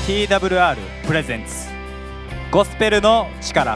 TWR プレゼンツゴスペルの力。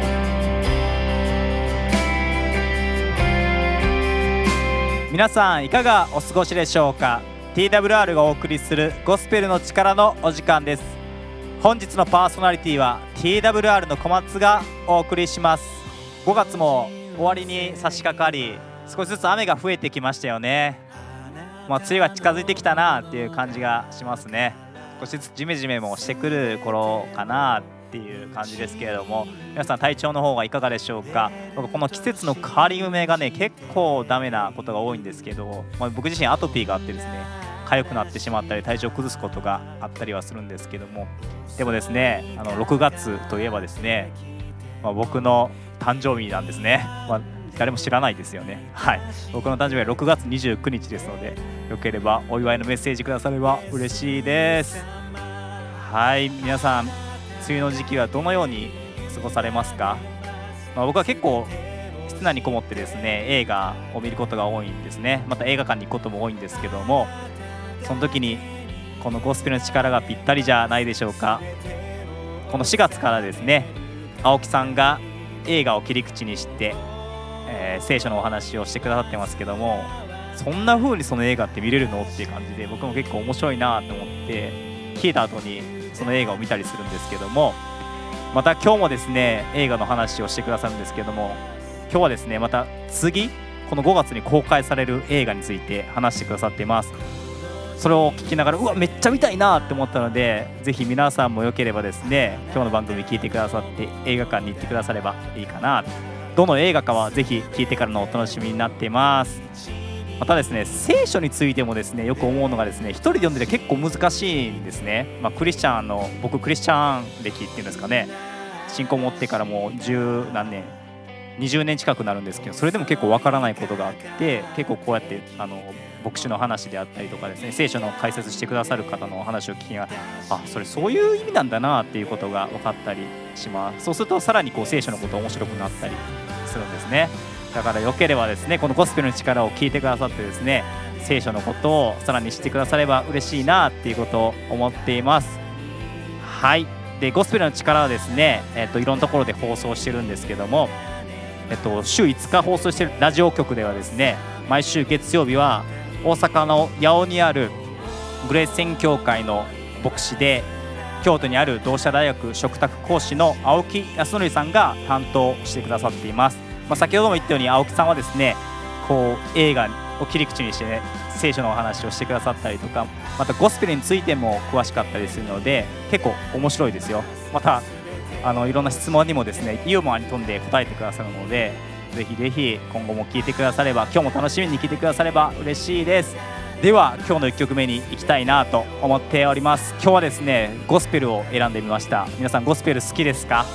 皆さんいかがお過ごしでしょうか。 TWR がお送りするゴスペルの力のお時間です。本日のパーソナリティは TWR の小松がお送りします。5月も終わりに差し掛かり、少しずつ雨が増えてきましたよね。梅雨が近づいてきたなっていう感じがしますね。少しずつジメジメもしてくる頃かなっていう感じですけれども、皆さん体調の方はいかがでしょうか。僕この季節の変わり目がね結構ダメなことが多いんですけど、僕自身アトピーがあってですね、痒くなってしまったり体調を崩すことがあったりはするんですけども、でもですね6月といえばですね、僕の誕生日なんですね。誰も知らないですよね。はい、僕の誕生日は6月29日ですので、よければお祝いのメッセージくだされば嬉しいです。はい、皆さん梅雨の時期はどのように過ごされますか。僕は結構室内にこもってですね映画を見ることが多いんですね。また映画館に行くことも多いんですけども、その時にこのゴスペルの力がぴったりじゃないでしょうか。この4月からですね、青木さんが映画を切り口にして聖書のお話をしてくださってますけども、そんな風にその映画って見れるのっていう感じで、僕も結構面白いなと思って聞いた後にその映画を見たりするんですけども、また今日もですね映画の話をしてくださるんですけども、今日はですねまた次この5月に公開される映画について話してくださっています。それを聞きながらめっちゃ見たいなって思ったので、ぜひ皆さんもよければですね今日の番組聞いてくださって映画館に行ってくださればいいかな。どの映画かはぜひ聞いてからのお楽しみになっています。またですね聖書についてもですねよく思うのがですね、一人で読んでて結構難しいんですね。クリスチャンの僕クリスチャン歴っていうんですかね、信仰を持ってからもう10何年20年近くなるんですけど、それでも結構わからないことがあって、結構こうやって牧師の話であったりとかですね、聖書の解説してくださる方のお話を聞きながら、それそういう意味なんだなっていうことが分かったりします。そうするとさらにこう聖書のこと面白くなったりするんですね。だからよければですねこのゴスペルの力を聞いてくださってですね、聖書のことをさらに知ってくだされば嬉しいなっていうことを思っています。はい、でゴスペルの力はですね、いろんなところで放送してるんですけども、週5日放送しているラジオ局ではですね、毎週月曜日は大阪の八尾にあるグレース宣教会の牧師で、京都にある同志社大学嘱託講師の青木康則さんが担当してくださっています。先ほども言ったように青木さんはですねこう映画を切り口にしてね聖書のお話をしてくださったりとか、またゴスペルについても詳しかったりするので結構面白いですよ。またいろんな質問にもですねユーモアに富んで答えてくださるので、ぜひぜひ今後も聞いてくだされば、今日も楽しみに聞いてくだされば嬉しいです。では今日の1曲目に行きたいなと思っております。今日はですねゴスペルを選んでみました。皆さんゴスペル好きですか。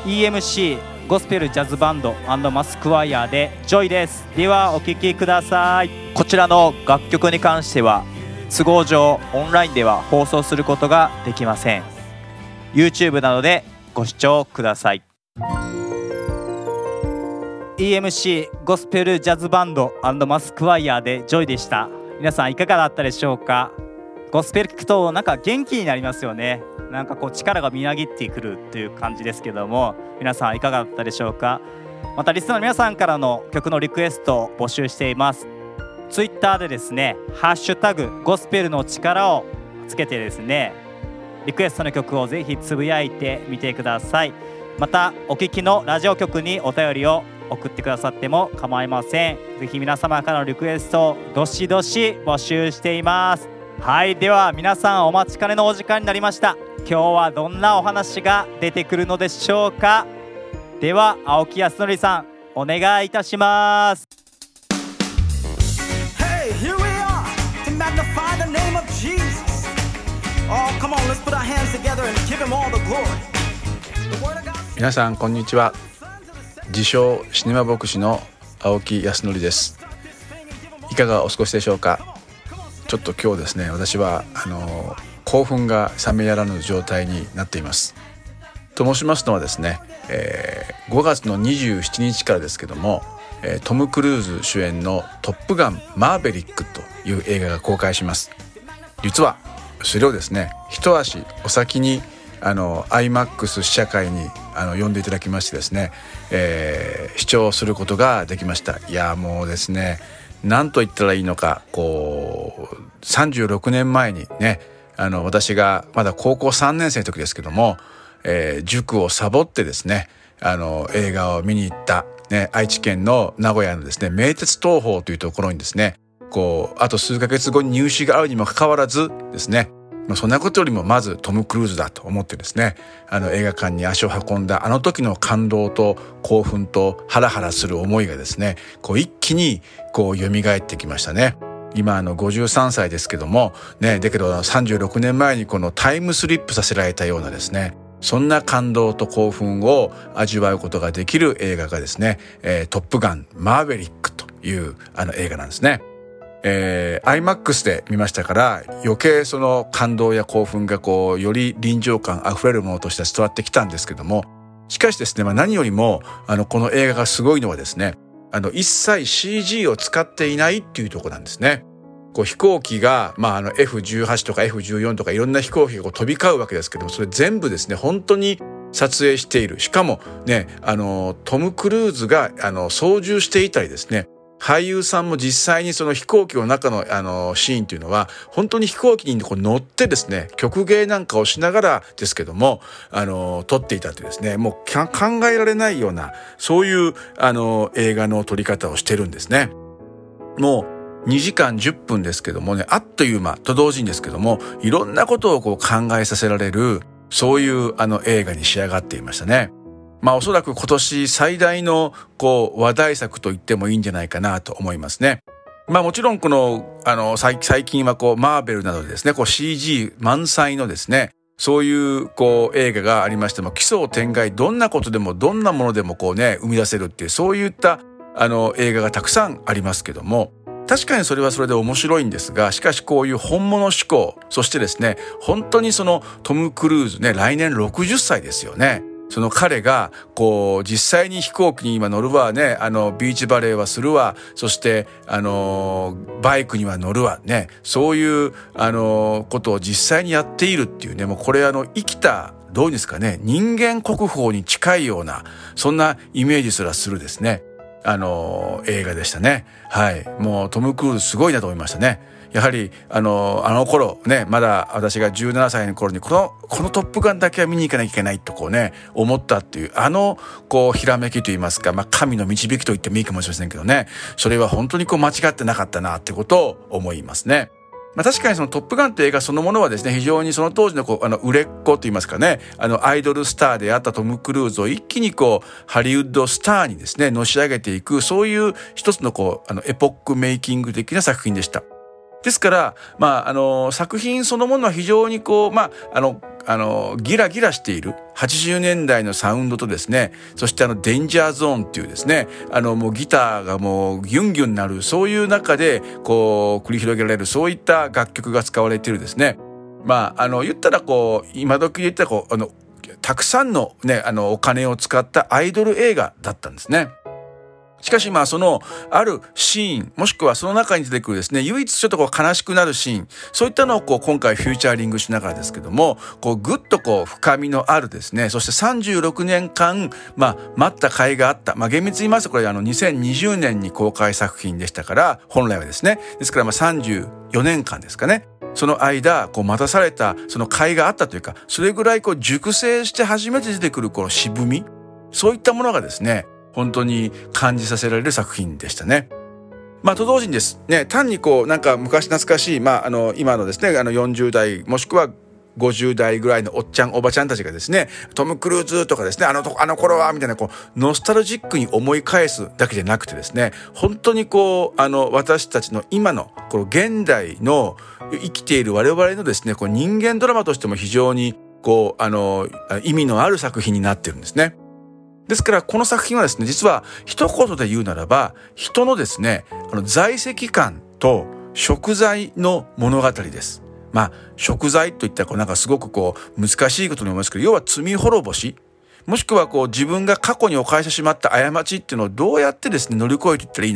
EMC ゴスペルジャズバンド&マスクワイヤーでジョイです。ではお聴きください。こちらの楽曲に関しては都合上オンラインでは放送することができません。 YouTube などでご視聴ください。 EMC ゴスペルジャズバンド&マスクワイヤーでジョイでした。皆さんいかがだったでしょうか。ゴスペル聞くとなんか元気になりますよね。なんかこう力がみなぎってくるという感じですけども、皆さんいかがだったでしょうか。またリスナーの皆さんからの曲のリクエストを募集しています。ツイッターでですねハッシュタグゴスペルの力をつけてですねリクエストの曲をぜひつぶやいてみてください。またお聞きのラジオ局にお便りを送ってくださっても構いません。ぜひ皆様からのリクエストをどしどし募集しています。はい、では皆さんお待ちかねのお時間になりました。今日はどんなお話が出てくるのでしょうか。では青木康則さんお願いいたします。 Hey, here we are to magnify the name of Jesus. Oh, come on, let's put our hands together and give him all the glory. 皆さんこんにちは。自称シネマ牧師の青木康則です。いかがお過ごしでしょうか。ちょっと今日ですね、私は興奮が冷めやらぬ状態になっています。と申しますのはですね、5月の27日からですけども、トム・クルーズ主演のトップガンマーヴェリックという映画が公開します。実はそれをですね一足お先にIMAX 試写会に呼んでいただきましてですね、視聴することができました。いやもうですね、何と言ったらいいのか、36年前にね、私がまだ高校3年生の時ですけども、塾をサボってですね映画を見に行った、ね、愛知県の名古屋のですね名鉄東宝というところにですねあと数ヶ月後に入試があるにもかかわらずですね、そんなことよりもまずトム・クルーズだと思ってですね映画館に足を運んだあの時の感動と興奮とハラハラする思いがですね一気に蘇ってきましたね。今53歳ですけどもね、だけど36年前にこのタイムスリップさせられたようなですね、そんな感動と興奮を味わうことができる映画がですね、トップガンマーヴェリックという映画なんですね。IMAX で見ましたから余計その感動や興奮がより臨場感あふれるものとして伝わってきたんですけども、しかしですね、何よりもこの映画がすごいのはですね、一切 CG を使っていないっていうところなんですね。飛行機が、F18 とか F14 とかいろんな飛行機が飛び交うわけですけども、それ全部ですね本当に撮影している。しかもねトム・クルーズが操縦していたりですね、俳優さんも実際にその飛行機の中のシーンというのは本当に飛行機に乗ってですね曲芸なんかをしながらですけども撮っていたというですね、もう考えられないようなそういう映画の撮り方をしてるんですね。もう2時間10分ですけどもね、あっという間と同時にですけどもいろんなことを考えさせられるそういう映画に仕上がっていましたね。おそらく今年最大の話題作と言ってもいいんじゃないかなと思いますね。もちろん最近はマーベルなどでですねCG 満載のですねそういう映画がありましても、奇想天外どんなことでもどんなものでも生み出せるっていうそういった映画がたくさんありますけども、確かにそれはそれで面白いんですが、しかしこういう本物志向、そしてですね本当にそのトム・クルーズね、来年60歳ですよね。その彼が実際に飛行機に今乗るわね、ビーチバレーはするわ、そしてバイクには乗るわね、そういうことを実際にやっているっていうね、もうこれ生きたどういうんですかね、人間国宝に近いようなそんなイメージすらするですね映画でしたね。はい、もうトム・クルーズすごいなと思いましたね。やはりあの頃ね、まだ私が17歳の頃にこのトップガンだけは見に行かなきゃいけないと思ったっていうひらめきといいますか、神の導きと言ってもいいかもしれませんけどね、それは本当に間違ってなかったなってことを思いますね。確かにそのトップガンという映画そのものはですね、非常にその当時の売れっ子と言いますかね、アイドルスターであったトム・クルーズを一気にハリウッドスターにですねのし上げていく、そういう一つのエポックメイキング的な作品でした。ですから作品そのものは非常にギラギラしている80年代のサウンドとですね、そしてデンジャーゾーンっていうですねもうギターがもうギュンギュンなる、そういう中で繰り広げられるそういった楽曲が使われているですね、言ったら今時で言ったらたくさんのねお金を使ったアイドル映画だったんですね。しかしそのあるシーン、もしくはその中に出てくるですね唯一ちょっと悲しくなるシーン、そういったのを今回フューチャーリングしながらですけどもぐっと深みのあるですね、そして36年間待った甲斐があった、厳密に言いますとこれ2020年に公開作品でしたから、本来はですね、ですから34年間ですかね、その間待たされたその甲斐があったというか、それぐらい熟成して初めて出てくる渋み、そういったものがですね本当に感じさせられる作品でしたね。と同時にですね、単になんか昔懐かしい、今のですね40代もしくは50代ぐらいのおっちゃんおばちゃんたちがですねトム・クルーズとかですねあの頃はみたいなノスタルジックに思い返すだけじゃなくてですね、本当に私たちの今の現代の生きている我々のですね人間ドラマとしても非常に意味のある作品になってるんですね。ですからこの作品はですね、実は一言で言うならば人のですね在籍感と贖罪の物語です。贖罪といったらなんかすごく難しいことに思いますけど、要は罪滅ぼし、もしくは自分が過去に犯してしまった過ちっていうのをどうやってですね乗り越えていったらいいのか、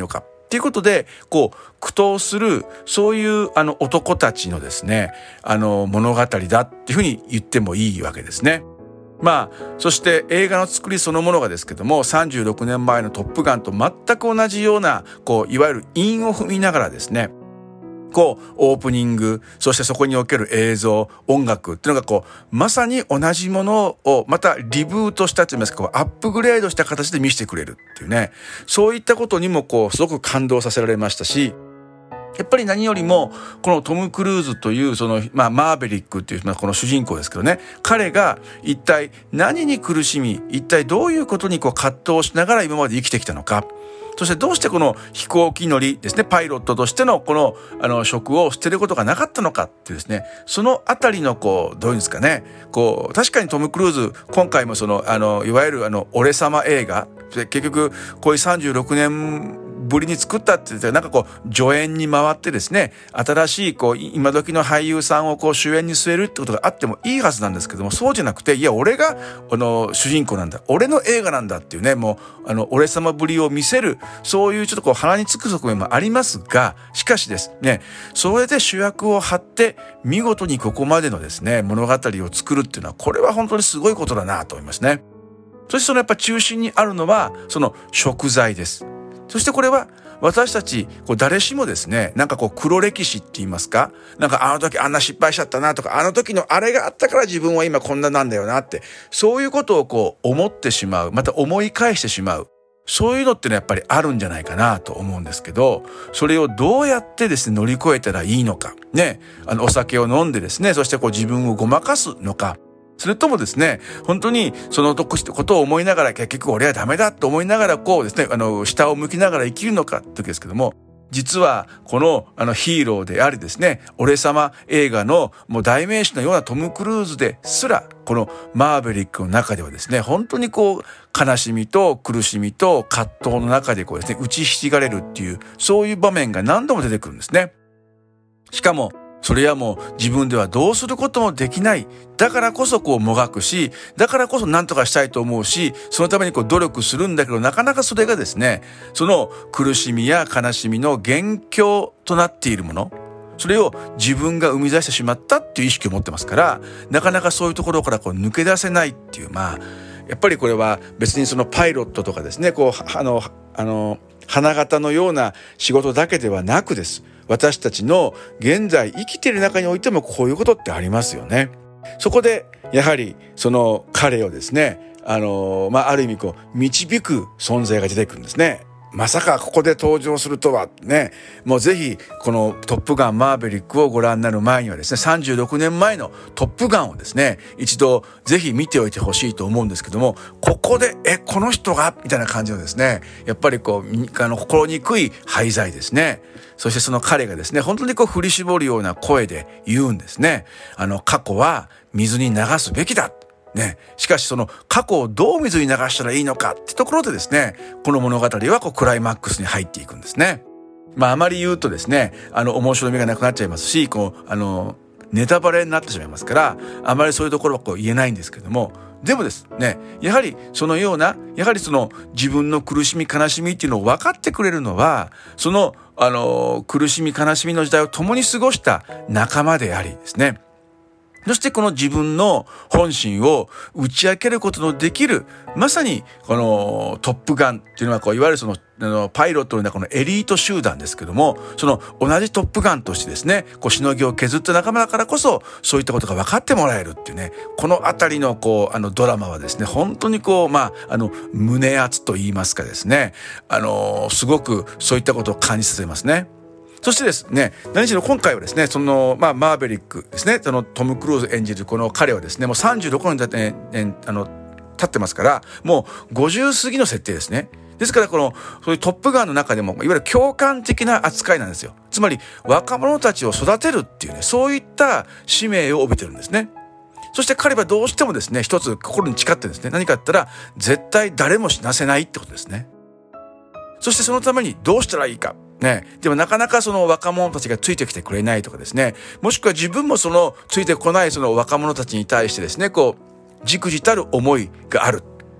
っていうことでこう苦闘するそういう男たちのですね物語だっていうふうに言ってもいいわけですね。そして映画の作りそのものがですけども36年前のトップガンと全く同じようないわゆる韻を踏みながらですねオープニングそしてそこにおける映像音楽っていうのがまさに同じものをまたリブートしたといいますかアップグレードした形で見せてくれるっていうねそういったことにもすごく感動させられましたしやっぱり何よりもこのトム・クルーズというマーベリックっていうこの主人公ですけどね彼が一体何に苦しみ一体どういうことに葛藤しながら今まで生きてきたのかそしてどうしてこの飛行機乗りですねパイロットとしてのこの職を捨てることがなかったのかっていうですねそのあたりのどういうんですかね確かにトム・クルーズ今回もいわゆる俺様映画結局こういう36年ぶりに作ったって言って助演に回ってですね新しい今時の俳優さんを主演に据えるってことがあってもいいはずなんですけどもそうじゃなくていや俺が主人公なんだ俺の映画なんだっていうねもう俺様ぶりを見せるそういうちょっと鼻につく側面もありますがしかしですねそれで主役を張って見事にここまでのですね物語を作るっていうのはこれは本当にすごいことだなと思いますね。そしてやっぱ中心にあるのはその食材です。そしてこれは私たち誰しもですね黒歴史って言いますかあの時あんな失敗しちゃったなとかあの時のあれがあったから自分は今こんななんだよなってそういうことを思ってしまうまた思い返してしまうそういうのってのはやっぱりあるんじゃないかなと思うんですけどそれをどうやってですね乗り越えたらいいのかねお酒を飲んでですねそして自分をごまかすのかそれともですね本当にそのことを思いながら結局俺はダメだと思いながらですね下を向きながら生きるのかって時ですけども実はこのヒーローでありですね俺様映画のもう代名詞のようなトム・クルーズですらこのマーヴェリックの中ではですね本当に悲しみと苦しみと葛藤の中でですね打ちひしがれるっていうそういう場面が何度も出てくるんですね。しかもそれはもう自分ではどうすることもできない。だからこそもがくし、だからこそ何とかしたいと思うし、そのために努力するんだけど、なかなかそれがですね、その苦しみや悲しみの元凶となっているもの、それを自分が生み出してしまったっていう意識を持ってますから、なかなかそういうところから抜け出せないっていう、やっぱりこれは別にそのパイロットとかですね、花形のような仕事だけではなくです。私たちの現在生きている中においてもこういうことってありますよね。そこでやはりその彼をですね、ある意味導く存在が出てくるんですね。まさかここで登場するとはね。もうぜひこのトップガンマーヴェリックをご覧になる前にはですね36年前のトップガンをですね一度ぜひ見ておいてほしいと思うんですけどもここでこの人がみたいな感じのですねやっぱり心にくい廃材ですね。そしてその彼がですね本当に振り絞るような声で言うんですね。過去は水に流すべきだね、しかしその過去をどう水に流したらいいのかってところでですねこの物語はクライマックスに入っていくんですね。あまり言うとですね面白みがなくなっちゃいますしネタバレになってしまいますからあまりそういうところは言えないんですけどもでもですねやはりそのような自分の苦しみ悲しみっていうのを分かってくれるのはその苦しみ悲しみの時代を共に過ごした仲間でありですねそしてこの自分の本心を打ち明けることのできるまさにこのトップガンっていうのはいわゆるそのパイロットの中のエリート集団ですけどもその同じトップガンとしてですねしのぎを削った仲間だからこそそういったことが分かってもらえるっていうねこのあたりのドラマはですね本当に胸熱と言いますかですねすごくそういったことを感じさせますね。そしてですね何しろ今回はですねマーヴェリックですねトム・クルーズ演じるこの彼はですねもう36年経ってますからもう50過ぎの設定ですね。ですからそういうトップガンの中でもいわゆる共感的な扱いなんですよ。つまり若者たちを育てるっていうねそういった使命を帯びてるんですね。そして彼はどうしてもですね一つ心に誓ってですね何かあったら絶対誰も死なせないってことですね。そしてそのためにどうしたらいいかね、でもなかなかその若者たちがついてきてくれないとかですねもしくは自分もついてこないその若者たちに対してですねじくじたる思いがある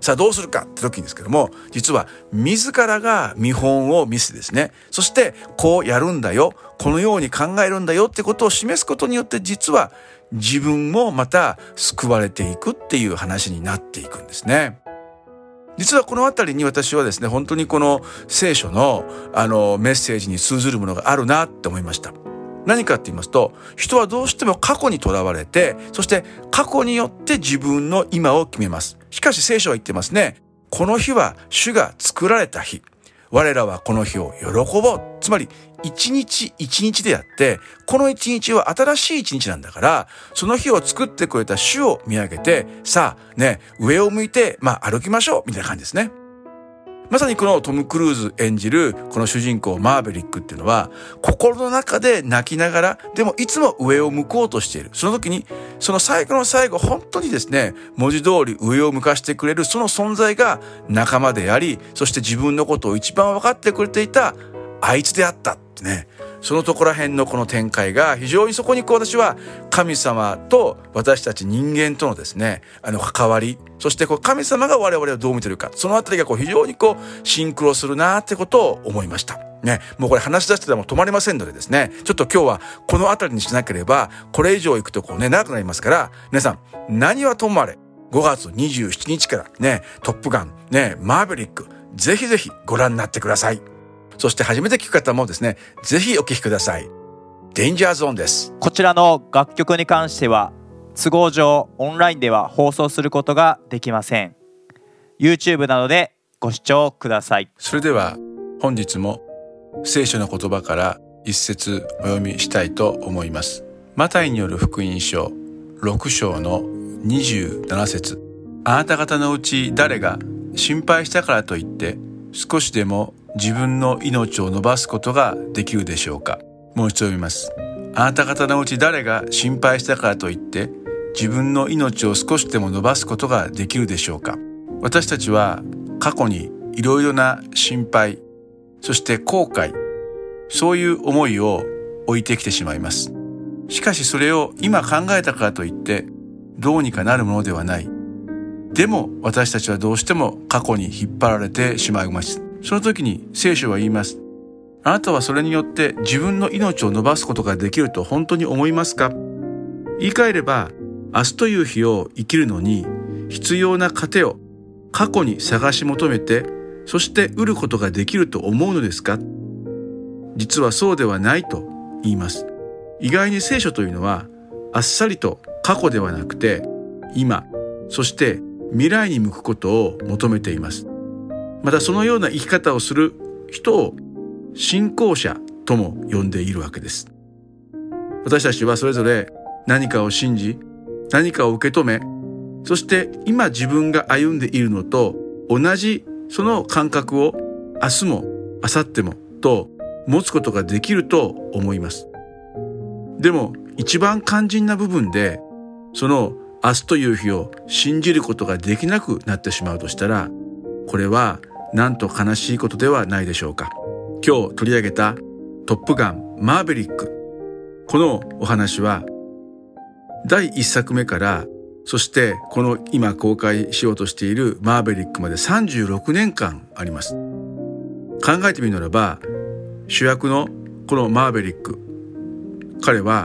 さあどうするかって時ですけども、実は自らが見本を見せですね、そしてこうやるんだよ、このように考えるんだよってことを示すことによって、実は自分もまた救われていくっていう話になっていくんですね。実はこのあたりに私はですね、本当にこの聖書のメッセージに通ずるものがあるなって思いました。何かって言いますと、人はどうしても過去にとらわれて、そして過去によって自分の今を決めます。しかし聖書は言ってますね。この日は主が作られた日。我らはこの日を喜ぼう。つまり一日一日であって、この一日は新しい一日なんだから、その日を作ってくれた主を見上げて、さあね、上を向いて歩きましょうみたいな感じですね。まさにこのトム・クルーズ演じるこの主人公マーヴェリックっていうのは、心の中で泣きながら、でもいつも上を向こうとしている。その時に、その最後の最後、本当にですね、文字通り上を向かしてくれるその存在が仲間であり、そして自分のことを一番分かってくれていたあいつであったってね。そのところら辺のこの展開が非常にそこに私は神様と私たち人間とのですね、関わり、そして神様が我々をどう見てるか、そのあたりが非常にシンクロするなってことを思いました。ね、もうこれ話し出してたらもう止まりませんのでですね、ちょっと今日はこのあたりにしなければ、これ以上行くと長くなりますから、皆さん、何はともあれ、5月27日からね、トップガン、ね、マーヴェリック、ぜひぜひご覧になってください。そして初めて聞く方もですね、ぜひお聞きください。デンジャーゾーンです。 こちらの楽曲に関しては都合上オンラインでは放送することができません。 YouTube などでご視聴ください。 それでは本日も聖書の言葉から一節お読みしたいと思います。マタイによる福音書6章の27節。あなた方のうち誰が心配したからといって少しでも自分の命を伸ばすことができるでしょうか。もう一度読みます。あなた方のうち誰が心配したからといって自分の命を少しでも伸ばすことができるでしょうか。私たちは過去にいろいろな心配、そして後悔、そういう思いを置いてきてしまいます。しかしそれを今考えたからといってどうにかなるものではない。でも私たちはどうしても過去に引っ張られてしまいます。その時に聖書は言います。あなたはそれによって自分の命を伸ばすことができると本当に思いますか。言い換えれば、明日という日を生きるのに必要な糧を過去に探し求めて、そして得ることができると思うのですか。実はそうではないと言います。意外に聖書というのはあっさりと過去ではなくて今、そして未来に向くことを求めています。またそのような生き方をする人を信仰者とも呼んでいるわけです。私たちはそれぞれ何かを信じ、何かを受け止め、そして今自分が歩んでいるのと同じその感覚を明日も明後日もと持つことができると思います。でも一番肝心な部分でその明日という日を信じることができなくなってしまうとしたら、これはなんと悲しいことではないでしょうか。今日取り上げたトップガンマーヴェリック、このお話は第1作目からそしてこの今公開しようとしているマーヴェリックまで36年間あります。考えてみるならば、主役のこのマーヴェリック、彼は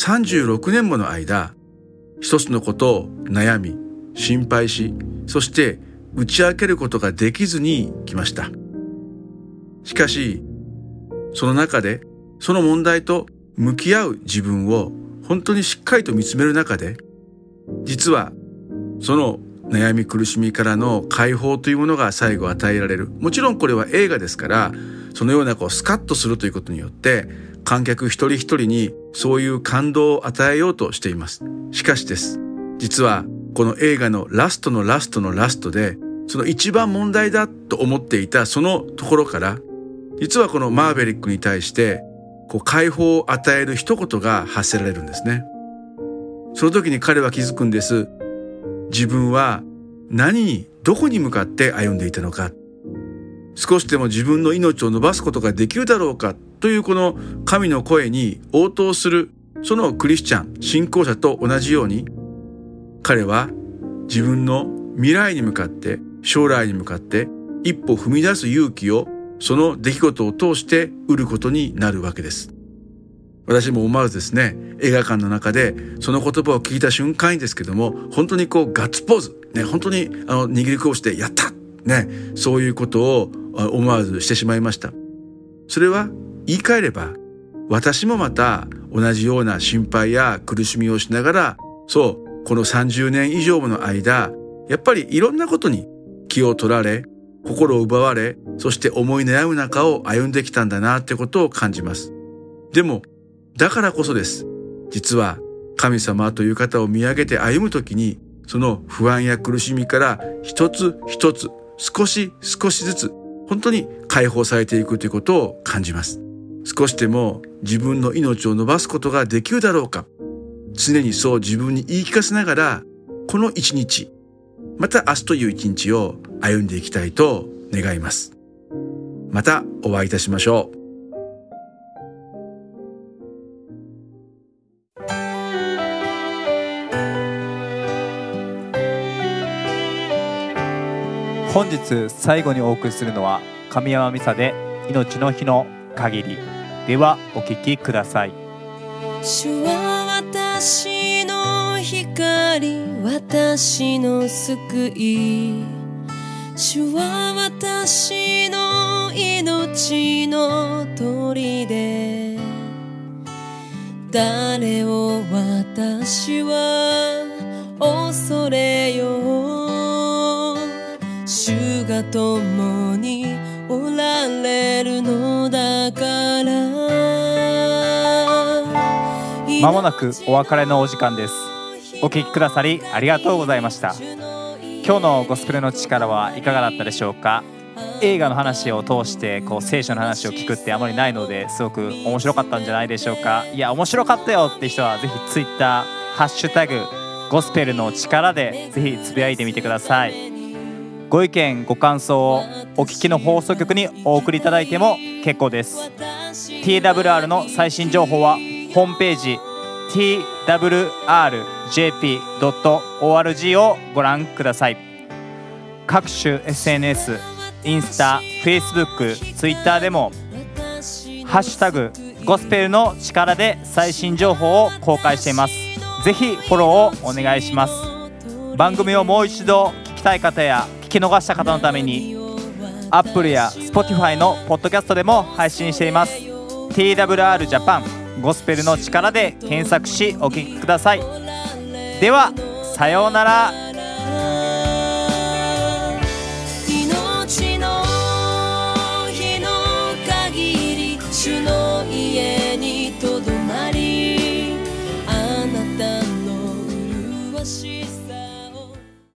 36年もの間一つのことを悩み心配し、そして打ち明けることができずに来ました。しかしその中でその問題と向き合う自分を本当にしっかりと見つめる中で、実はその悩み苦しみからの解放というものが最後与えられる。もちろんこれは映画ですから、そのようなスカッとするということによって観客一人一人にそういう感動を与えようとしています。しかしです、実はこの映画のラストのラストのラストで、その一番問題だと思っていたそのところから、実はこのマーヴェリックに対して解放を与える一言が発せられるんですね。その時に彼は気づくんです。自分はどこに向かって歩んでいたのか。少しでも自分の命を伸ばすことができるだろうかというこの神の声に応答する、そのクリスチャン、信仰者と同じように、彼は自分の未来に向かって将来に向かって一歩踏み出す勇気をその出来事を通して得ることになるわけです。私も思わずですね、映画館の中でその言葉を聞いた瞬間にですけども、本当にガッツポーズ、本当に握り拳してやったそういうことを思わずしてしまいました。それは言い換えれば、私もまた同じような心配や苦しみをしながら、この30年以上もの間、やっぱりいろんなことに気を取られ、心を奪われ、そして思い悩む中を歩んできたんだなってことを感じます。でも、だからこそです。実は神様という方を見上げて歩むときに、その不安や苦しみから一つ一つ、少しずつ、本当に解放されていくということを感じます。少しでも自分の命を伸ばすことができるだろうか。常にそう自分に言い聞かせながら、この一日、また明日という一日を歩んでいきたいと願います。またお会いいたしましょう。 本日最後にお送りするのは神山美沙で命の日の限り。ではお聞きください。 主は私の光、私の救い。主は私の命の砦。誰を私は恐れよう。主が共におられるのだから。 まもなくお別れのお時間です。お聞きくださりありがとうございました。今日のゴスペルの力はいかがだったでしょうか。映画の話を通して聖書の話を聞くってあまりないので、すごく面白かったんじゃないでしょうか。いや面白かったよって人はぜひツイッターハッシュタグゴスペルの力でぜひつぶやいてみてください。ご意見ご感想をお聞きの放送局にお送りいただいても結構です。 TWR の最新情報はホームページ twrjp.org をご覧ください。各種 SNS、インスタ、Facebook、Twitter でもハッシュタグゴスペルの力で最新情報を公開しています。ぜひフォローをお願いします。番組をもう一度聞きたい方や聞き逃した方のために Apple や Spotify のポッドキャストでも配信しています。 TWR ジャパンゴスペルの力で検索しお聞きください。ではさようなら。